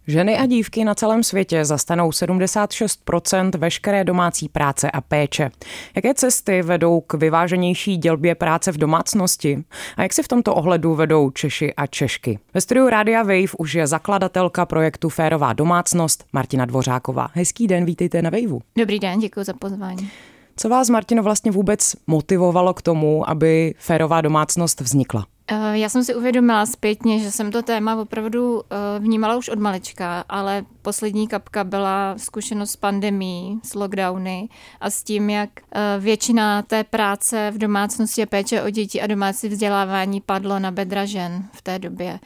Ženy a dívky na celém světě zastanou 76% veškeré domácí práce a péče. Jaké cesty vedou k vyváženější dělbě práce v domácnosti? A jak si v tomto ohledu vedou Češi a Češky? Ve studiu Rádia Wave už je zakladatelka projektu Férová domácnost Martina Dvořáková. Hezký den, vítejte na Waveu. Dobrý den, děkuji za pozvání. Co vás, Martino, vlastně vůbec motivovalo k tomu, aby Férová domácnost vznikla? Já jsem si uvědomila zpětně, že jsem to téma opravdu vnímala už od malička, ale poslední kapka byla zkušenost s pandemií, s lockdowny a s tím, jak většina té práce v domácnosti a péče o děti a domácí vzdělávání padlo na bedra žen v té době.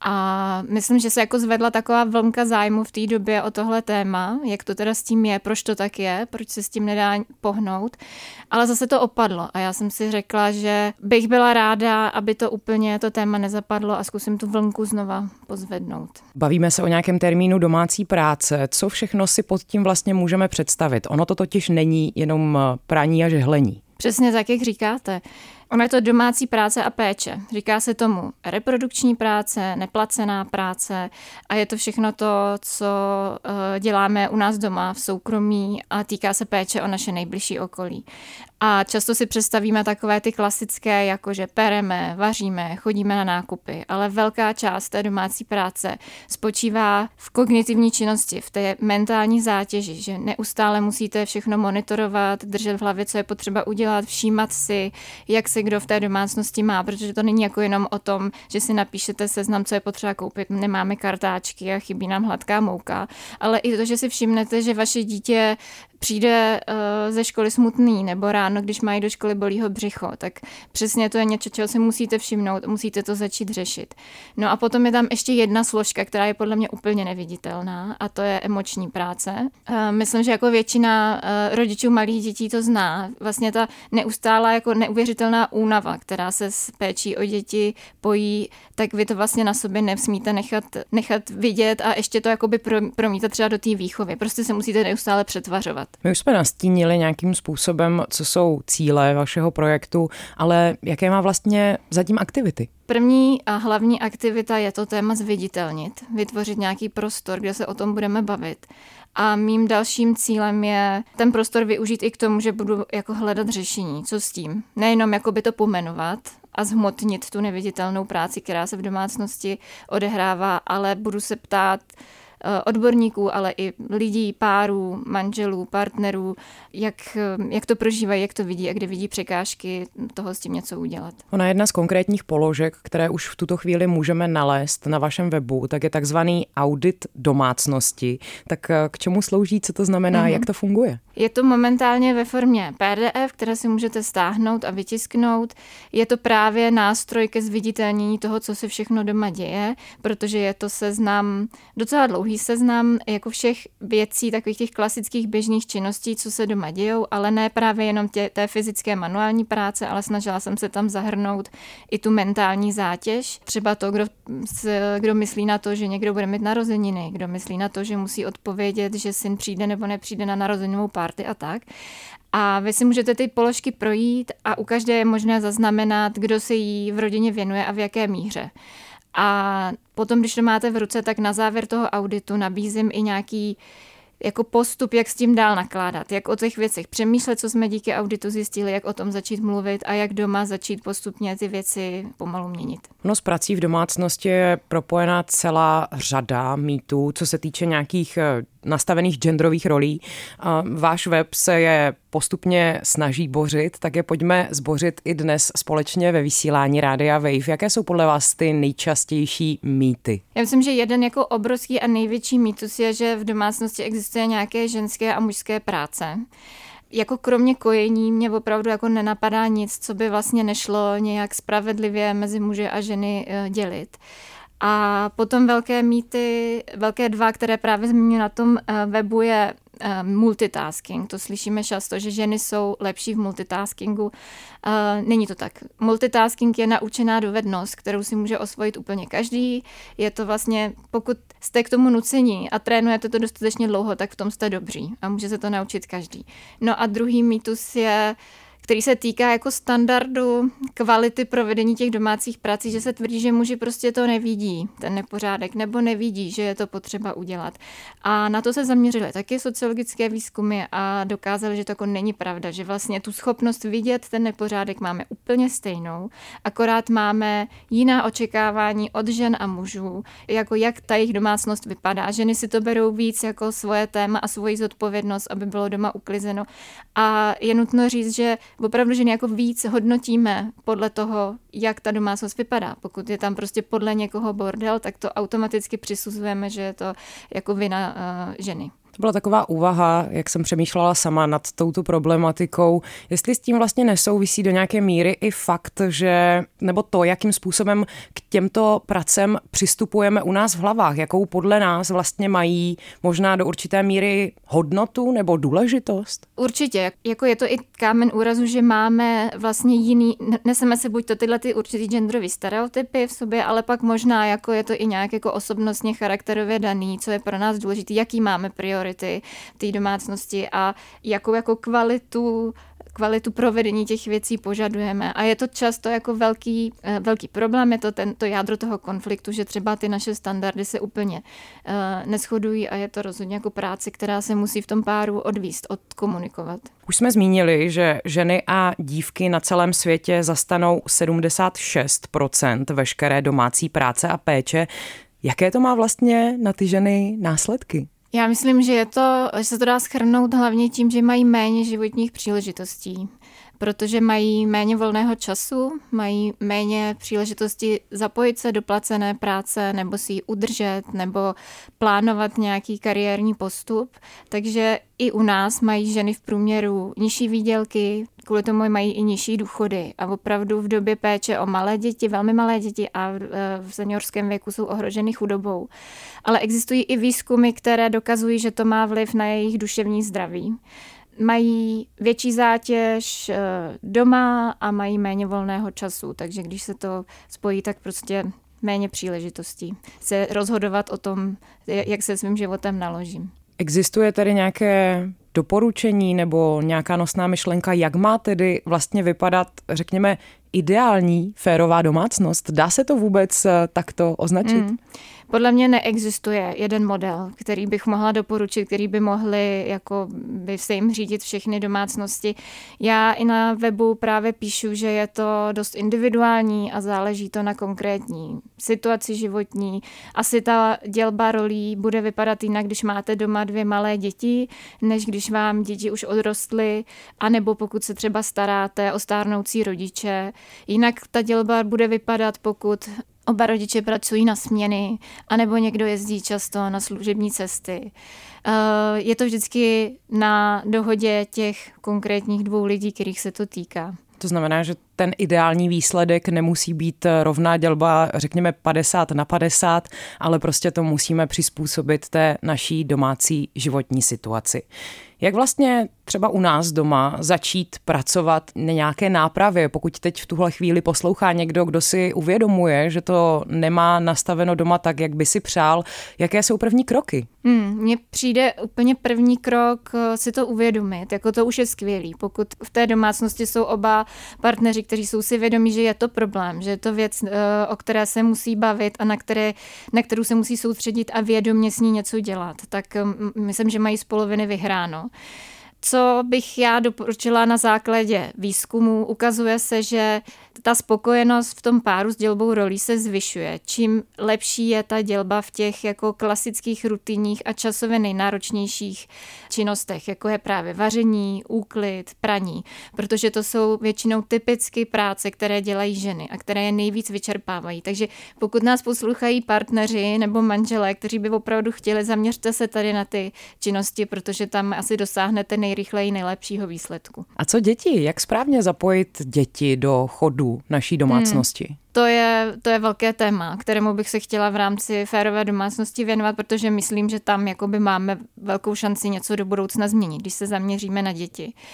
A myslím, že se jako zvedla taková vlnka zájmu v té době o tohle téma, jak to teda s tím je, proč to tak je, proč se s tím nedá pohnout, ale zase to opadlo a já jsem si řekla, že bych byla ráda, aby to úplně to téma nezapadlo a zkusím tu vlnku znova pozvednout. Bavíme se o nějakém termínu domácí práce, co všechno si pod tím vlastně můžeme představit? Ono to totiž není jenom praní a žehlení. Přesně tak, jak říkáte. Ono je to domácí práce a péče. Říká se tomu reprodukční práce, neplacená práce a je to všechno to, co děláme u nás doma v soukromí a týká se péče o naše nejbližší okolí. A často si představíme takové ty klasické, jako že pereme, vaříme, chodíme na nákupy, ale velká část té domácí práce spočívá v kognitivní činnosti, v té mentální zátěži, že neustále musíte všechno monitorovat, držet v hlavě, co je potřeba udělat, všímat si, jak se kdo v té domácnosti má, protože to není jako jenom o tom, že si napíšete seznam, co je potřeba koupit, nemáme kartáčky a chybí nám hladká mouka, ale i to, že si všimnete, že vaše dítě přijde ze školy smutný nebo ráno, když mají do školy bolí ho břicho, tak přesně to je něco, čeho si musíte všimnout, musíte to začít řešit. No a potom je tam ještě jedna složka, která je podle mě úplně neviditelná a to je emoční práce. Myslím, že jako většina rodičů malých dětí to zná. Vlastně ta neustálá jako neuvěřitelná únava, která se s péčí o děti pojí, tak vy to vlastně na sobě nesmíte nechat vidět a ještě to jakoby promítat třeba do té výchovy. Prostě se musíte neustále přetvařovat. My už jsme nastínili nějakým způsobem, co jsou cíle vašeho projektu, ale jaké má vlastně zatím aktivity? První a hlavní aktivita je to téma zviditelnit, vytvořit nějaký prostor, kde se o tom budeme bavit. A mým dalším cílem je ten prostor využít i k tomu, že budu jako hledat řešení, co s tím. Nejenom jakoby to pomenovat a zhmotnit tu neviditelnou práci, která se v domácnosti odehrává, ale budu se ptát odborníků, ale i lidí, párů, manželů, partnerů, jak to prožívají, jak to vidí a kde vidí překážky toho s tím něco udělat. Ona jedna z konkrétních položek, které už v tuto chvíli můžeme nalézt na vašem webu, tak je takzvaný audit domácnosti. Tak k čemu slouží, co to znamená, jak to funguje? Je to momentálně ve formě PDF, které si můžete stáhnout a vytisknout. Je to právě nástroj ke zviditelnění toho, co se všechno doma děje, protože je to seznam, docela dlouhý seznam jako všech věcí, takových těch klasických běžných činností, co se doma dějou, ale ne právě jenom té fyzické manuální práce, ale snažila jsem se tam zahrnout i tu mentální zátěž. Třeba to, kdo myslí na to, že někdo bude mít narozeniny, kdo myslí na to, že musí odpovědět, že syn přijde nebo nepřijde na narozeninovou party a tak. A vy si můžete ty položky projít a u každé je možné zaznamenat, kdo se jí v rodině věnuje a v jaké míře. A potom, když to máte v ruce, tak na závěr toho auditu nabízím i nějaký jako postup, jak s tím dál nakládat, jak o těch věcech přemýšlet, co jsme díky auditu zjistili, jak o tom začít mluvit a jak doma začít postupně ty věci pomalu měnit. No, s prací v domácnosti je propojená celá řada mýtů, co se týče nějakých nastavených genderových rolí. Váš web se je postupně snaží bořit, tak je pojďme zbořit i dnes společně ve vysílání Rádia Wave. Jaké jsou podle vás ty nejčastější mýty? Já myslím, že jeden jako obrovský a největší mýtus je, že v domácnosti existuje nějaké ženské a mužské práce. Jako kromě kojení mě opravdu jako nenapadá nic, co by vlastně nešlo nějak spravedlivě mezi muže a ženy dělit. A potom velké mýty, velké dva, které právě zmíním na tom webu, je multitasking. To slyšíme často, že ženy jsou lepší v multitaskingu. Není to tak. Multitasking je naučená dovednost, kterou si může osvojit úplně každý. Je to vlastně, pokud jste k tomu nuceni a trénujete to dostatečně dlouho, tak v tom jste dobří a může se to naučit každý. No a druhý mýtus je, který se týká jako standardu kvality provedení těch domácích prací, že se tvrdí, že muži prostě to nevidí, ten nepořádek, nebo nevidí, že je to potřeba udělat. A na to se zaměřily taky sociologické výzkumy a dokázali, že to jako není pravda, že vlastně tu schopnost vidět ten nepořádek máme úplně stejnou, akorát máme jiná očekávání od žen a mužů, jako jak ta jejich domácnost vypadá. Ženy si to berou víc jako svoje téma a svoji zodpovědnost, aby bylo doma uklizeno. A je nutno říct, že opravdu ženy jako víc hodnotíme podle toho, jak ta domácnost vypadá. Pokud je tam prostě podle někoho bordel, tak to automaticky přisuzujeme, že je to jako vina ženy. To byla taková úvaha, jak jsem přemýšlela sama nad touto problematikou, jestli s tím vlastně nesouvisí do nějaké míry i fakt, že, nebo to, jakým způsobem k těmto pracem přistupujeme u nás v hlavách, jakou podle nás vlastně mají možná do určité míry hodnotu nebo důležitost? Určitě, jako je to i kámen úrazu, že máme vlastně jiný, neseme se buď to tyhle ty určitý genderový stereotypy v sobě, ale pak možná jako je to i nějak jako osobnostně charakterově daný, co je pro nás důležité, jaký máme priority té domácnosti a jakou jako kvalitu provedení těch věcí požadujeme. A je to často jako velký problém, je to to jádro toho konfliktu, že třeba ty naše standardy se úplně neshodují a je to rozhodně jako práce, která se musí v tom páru odvíst, odkomunikovat. Už jsme zmínili, že ženy a dívky na celém světě zastanou 76% veškeré domácí práce a péče. Jaké to má vlastně na ty ženy následky? Já myslím, že se to dá shrnout hlavně tím, že mají méně životních příležitostí, protože mají méně volného času, mají méně příležitosti zapojit se do placené práce nebo si ji udržet nebo plánovat nějaký kariérní postup. Takže i u nás mají ženy v průměru nižší výdělky, kvůli tomu mají i nižší důchody. A opravdu v době péče o malé děti, velmi malé děti a v seniorském věku jsou ohroženy chudobou. Ale existují i výzkumy, které dokazují, že to má vliv na jejich duševní zdraví. Mají větší zátěž doma a mají méně volného času, takže když se to spojí, tak prostě méně příležitostí se rozhodovat o tom, jak se svým životem naložím. Existuje tedy nějaké doporučení nebo nějaká nosná myšlenka, jak má tedy vlastně vypadat, řekněme, ideální férová domácnost? Dá se to vůbec takto označit? Podle mě neexistuje jeden model, který bych mohla doporučit, který by mohly jako by se jim řídit všechny domácnosti. Já i na webu právě píšu, že je to dost individuální a záleží to na konkrétní situaci životní. Asi ta dělba rolí bude vypadat jinak, když máte doma 2 malé děti, než když vám děti už odrostly, anebo pokud se třeba staráte o stárnoucí rodiče. Jinak ta dělba bude vypadat, pokud oba rodiče pracují na směny, anebo někdo jezdí často na služební cesty. Je to vždycky na dohodě těch konkrétních 2 lidí, kterých se to týká. To znamená, že ten ideální výsledek nemusí být rovná dělba, řekněme 50/50, ale prostě to musíme přizpůsobit té naší domácí životní situaci. Jak vlastně třeba u nás doma začít pracovat na nějaké nápravě, pokud teď v tuhle chvíli poslouchá někdo, kdo si uvědomuje, že to nemá nastaveno doma tak, jak by si přál, jaké jsou první kroky? Mně přijde úplně první krok si to uvědomit, jako to už je skvělý. Pokud v té domácnosti jsou oba partneři, kteří jsou si vědomí, že je to problém, že je to věc, o které se musí bavit a na kterou se musí soustředit a vědomě s ní něco dělat, tak myslím, že mají z poloviny vyhráno. Co bych já doporučila na základě výzkumu, ukazuje se, že ta spokojenost v tom páru s dělbou rolí se zvyšuje. Čím lepší je ta dělba v těch jako klasických, rutinních a časově nejnáročnějších činnostech, jako je právě vaření, úklid, praní, protože to jsou většinou typicky práce, které dělají ženy a které je nejvíc vyčerpávají. Takže pokud nás poslouchají partneři nebo manželé, kteří by opravdu chtěli, zaměřte se tady na ty činnosti, protože tam asi dosáhnete nejrychleji nejlepšího výsledku. A co děti? Jak správně zapojit děti do chodu naší domácnosti? To je velké téma, kterému bych se chtěla v rámci férové domácnosti věnovat, protože myslím, že tam jakoby máme velkou šanci něco do budoucna změnit, když se zaměříme na děti.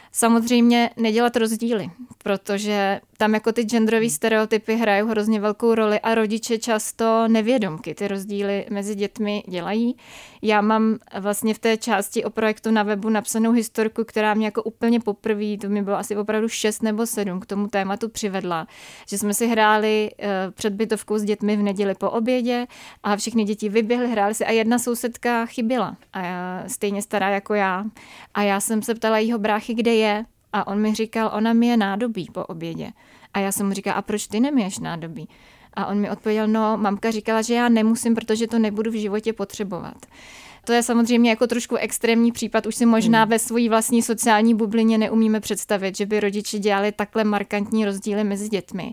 Samozřejmě nedělat rozdíly, protože tam jako ty genderové stereotypy hrají hrozně velkou roli a rodiče často nevědomky ty rozdíly mezi dětmi dělají. Já mám vlastně v té části o projektu na webu napsanou historku, která mě jako úplně poprvé, to mi bylo asi opravdu 6 nebo 7, k tomu tématu přivedla, že jsme si hráli před bytovkou s dětmi v neděli po obědě a všechny děti vyběhly, hráli si a jedna sousedka chyběla, a stejně stará jako já. A já jsem se ptala jího bráchy, kde je, a on mi říkal, ona myje nádobí po obědě. A já jsem mu říkala, a proč ty nemyješ nádobí? A on mi odpověděl, no, mamka říkala, že já nemusím, protože to nebudu v životě potřebovat. To je samozřejmě jako trošku extrémní případ, už si možná ve své vlastní sociální bublině neumíme představit, že by rodiče dělali takhle markantní rozdíly mezi dětmi.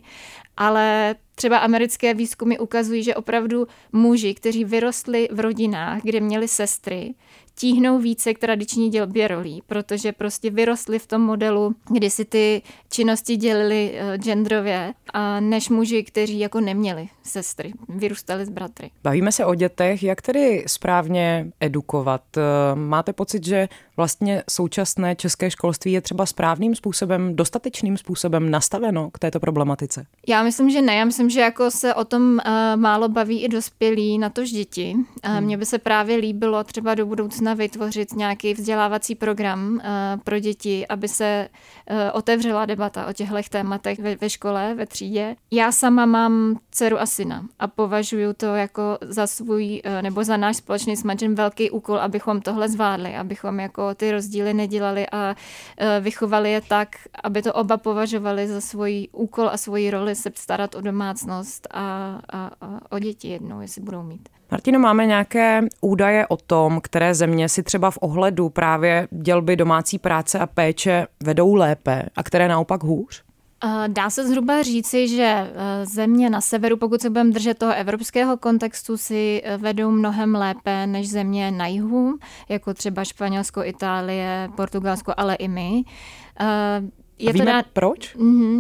Ale třeba americké výzkumy ukazují, že opravdu muži, kteří vyrostli v rodinách, kde měli sestry, tíhnou více k tradiční dělbě rolí, protože prostě vyrostli v tom modelu, kdy si ty činnosti dělili genderově, než muži, kteří jako neměli sestry, vyrůstali s bratry. Bavíme se o dětech, jak tedy správně edukovat? Máte pocit, že vlastně současné české školství je třeba správným způsobem, dostatečným způsobem nastaveno k této problematice? Já myslím, že ne. Já myslím, že jako se o tom málo baví i dospělí, natož děti. Mně by se právě líbilo třeba do budoucna vytvořit nějaký vzdělávací program pro děti, aby se otevřela debata o těchto tématech ve škole, ve třídě. Já sama mám dceru a syna a považuji to jako za svůj, nebo za náš společný s manželem velký úkol, abychom tohle zvládli, abychom jako ty rozdíly nedělali a vychovali je tak, aby to oba považovali za svůj úkol a svoji roli se starat o domácnost a o děti jednou, jestli budou mít. Martino, máme nějaké údaje o tom, které země si třeba v ohledu právě dělby domácí práce a péče vedou lépe a které naopak hůř? Dá se zhruba říci, že země na severu, pokud se budeme držet toho evropského kontextu, si vedou mnohem lépe než země na jihu, jako třeba Španělsko, Itálie, Portugalsko, ale i my. Víme proč?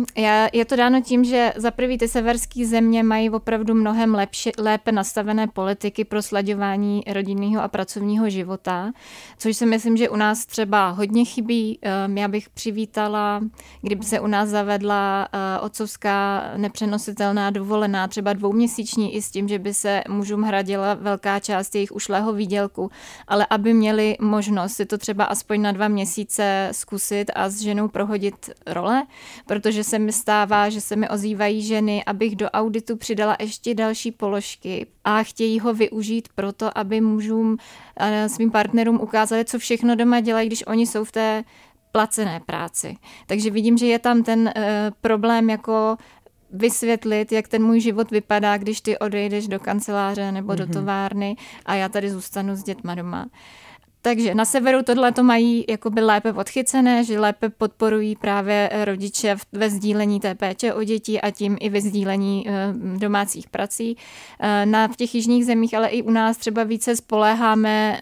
Je to dáno tím, že za prvý ty severské země mají opravdu mnohem lépe nastavené politiky pro slaďování rodinného a pracovního života, což si myslím, že u nás třeba hodně chybí. Já bych přivítala, kdyby se u nás zavedla otcovská nepřenositelná dovolená, třeba 2měsíční, i s tím, že by se mužům hradila velká část jejich ušlého výdělku, ale aby měli možnost si to třeba aspoň na 2 měsíce zkusit a s ženou prohodit role, protože se mi stává, že se mi ozývají ženy, abych do auditu přidala ještě další položky a chtějí ho využít proto, aby mužům a svým partnerům ukázali, co všechno doma dělají, když oni jsou v té placené práci. Takže vidím, že je tam ten problém jako vysvětlit, jak ten můj život vypadá, když ty odejdeš do kanceláře nebo do továrny a já tady zůstanu s dětma doma. Takže na severu tohle to mají jakoby lépe podchycené, že lépe podporují právě rodiče ve sdílení té péče o děti a tím i ve sdílení domácích prací. V těch jižních zemích, ale i u nás třeba více spoléháme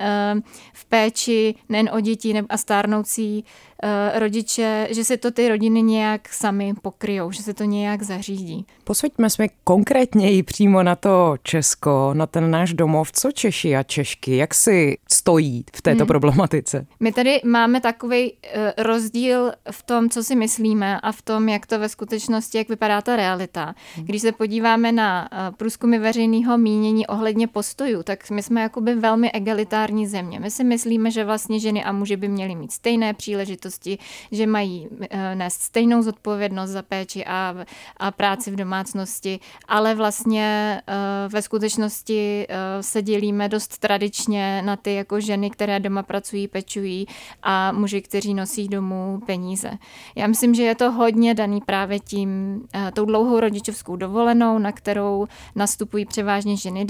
v péči nejen o děti a stárnoucí rodiče, že se to ty rodiny nějak sami pokryjou, že se to nějak zařídí. Posvěďme se konkrétněji přímo na to Česko, na ten náš domov. Co Češi a Češky, jak si stojí v této problematice? My tady máme takový rozdíl v tom, co si myslíme a v tom, jak to ve skutečnosti, jak vypadá ta realita. Když se podíváme na průzkumy veřejného mínění ohledně postojů, tak my jsme jakoby velmi egalitární země. My si myslíme, že vlastně ženy a muži by měli mít stejné příležitosti, že mají nést stejnou zodpovědnost za péči a práci v domácnosti, ale vlastně ve skutečnosti se dělíme dost tradičně na ty jako ženy, které doma pracují, pečují a muži, kteří nosí domů peníze. Já myslím, že je to hodně daný právě tou dlouhou rodičovskou dovolenou, na kterou nastupují převážně ženy.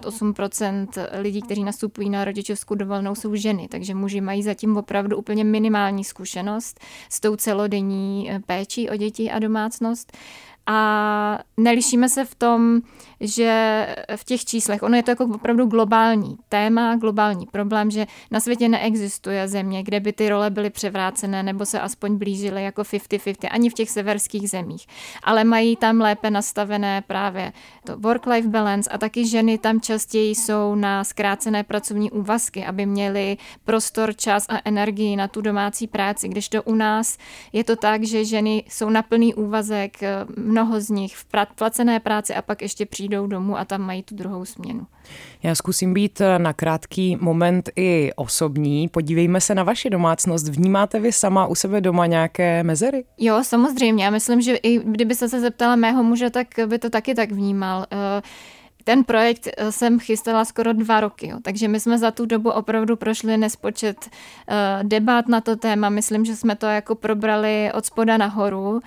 98% lidí, kteří nastupují na rodičovskou dovolenou, jsou ženy, takže muži mají zatím opravdu úplně minimální zkušenost s tou celodenní péčí o děti a domácnost. A nelišíme se v tom, že v těch číslech, ono je to jako opravdu globální téma, globální problém, že na světě neexistuje země, kde by ty role byly převrácené nebo se aspoň blížily jako 50-50, ani v těch severských zemích. Ale mají tam lépe nastavené právě to work-life balance a taky ženy tam častěji jsou na zkrácené pracovní úvazky, aby měly prostor, čas a energii na tu domácí práci, kdežto u nás je to tak, že ženy jsou na plný úvazek, mnoho z nich v placené práci a pak ještě přijdou domů a tam mají tu druhou směnu. Já zkusím být na krátký moment i osobní. Podívejme se na vaši domácnost. Vnímáte vy sama u sebe doma nějaké mezery? Jo, samozřejmě. Já myslím, že i kdyby se zeptala mého muže, tak by to taky tak vnímal. Ten projekt jsem chystala skoro 2 roky, jo. Takže my jsme za tu dobu opravdu prošli nespočet debat na to téma. Myslím, že jsme to jako probrali od spoda nahoru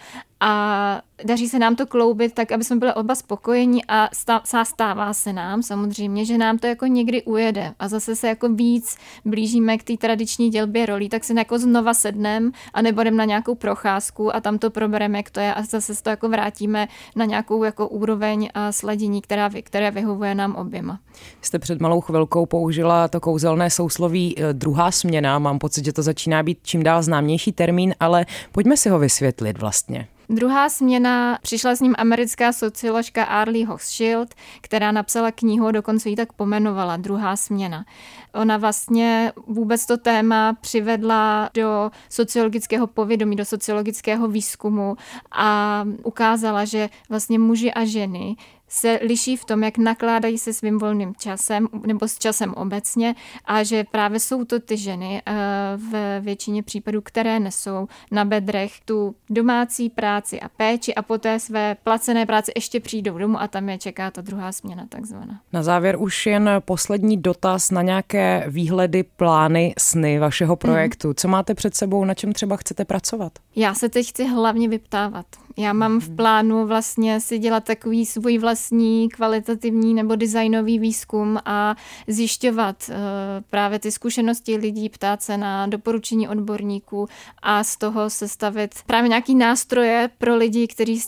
a daří se nám to kloubit tak, aby jsme byli oba spokojení a stává se nám samozřejmě, že nám to jako někdy ujede a zase se jako víc blížíme k té tradiční dělbě rolí, tak si jako znova sedneme a nebo jdem na nějakou procházku a tam to probereme, jak to je a zase se to jako vrátíme na nějakou jako úroveň a sladění, které vyhovuje nám oběma. Jste před malou chvilkou použila to kouzelné sousloví druhá směna. Mám pocit, že to začíná být čím dál známější termín, ale pojďme si ho vysvětlit vlastně. Druhá směna, přišla s ním americká socioložka Arlie Hochschild, která napsala knihu, dokonce ji tak pomenovala, Druhá směna. Ona vlastně vůbec to téma přivedla do sociologického povědomí, do sociologického výzkumu a ukázala, že vlastně muži a ženy se liší v tom, jak nakládají se svým volným časem nebo s časem obecně a že právě jsou to ty ženy v většině případů, které nesou na bedrech tu domácí práci a péči a poté své placené práci ještě přijdou domů a tam je čeká ta druhá směna takzvaná. Na závěr už jen poslední dotaz na nějaké výhledy, plány, sny vašeho projektu. Co máte před sebou, na čem třeba chcete pracovat? Já se teď chci hlavně vyptávat. Já mám v plánu vlastně si dělat takový svůj vlastní kvalitativní nebo designový výzkum a zjišťovat právě ty zkušenosti lidí, ptát se na doporučení odborníků a z toho sestavit právě nějaký nástroje pro lidi, kteří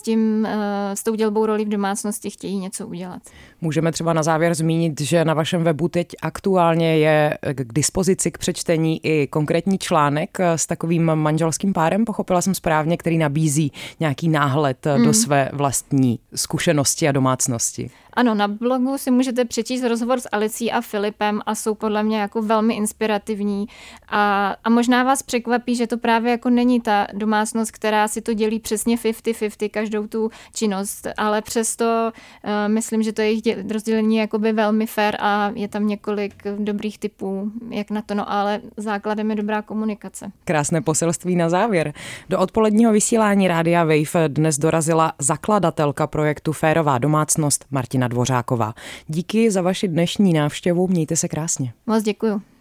s tou dělbou rolí v domácnosti chtějí něco udělat. Můžeme třeba na závěr zmínit, že na vašem webu teď aktuálně je k dispozici k přečtení i konkrétní článek s takovým manželským párem, pochopila jsem správně, který nabízí nějaký náhled do své vlastní zkušenosti a domácnosti. Ano, na blogu si můžete přečíst rozhovor s Alicí a Filipem a jsou podle mě jako velmi inspirativní a možná vás překvapí, že to právě jako není ta domácnost, která si to dělí přesně 50-50 každou tu činnost, ale přesto myslím, že to jejich rozdělení je jakoby velmi fair a je tam několik dobrých tipů, jak na to, no ale základem je dobrá komunikace. Krásné poselství na závěr. Do odpoledního vysílání Rádia Wave dnes dorazila zakladatelka projektu Férová domácnost Martina Dvořáková. Díky za vaši dnešní návštěvu, mějte se krásně. Moc děkuju.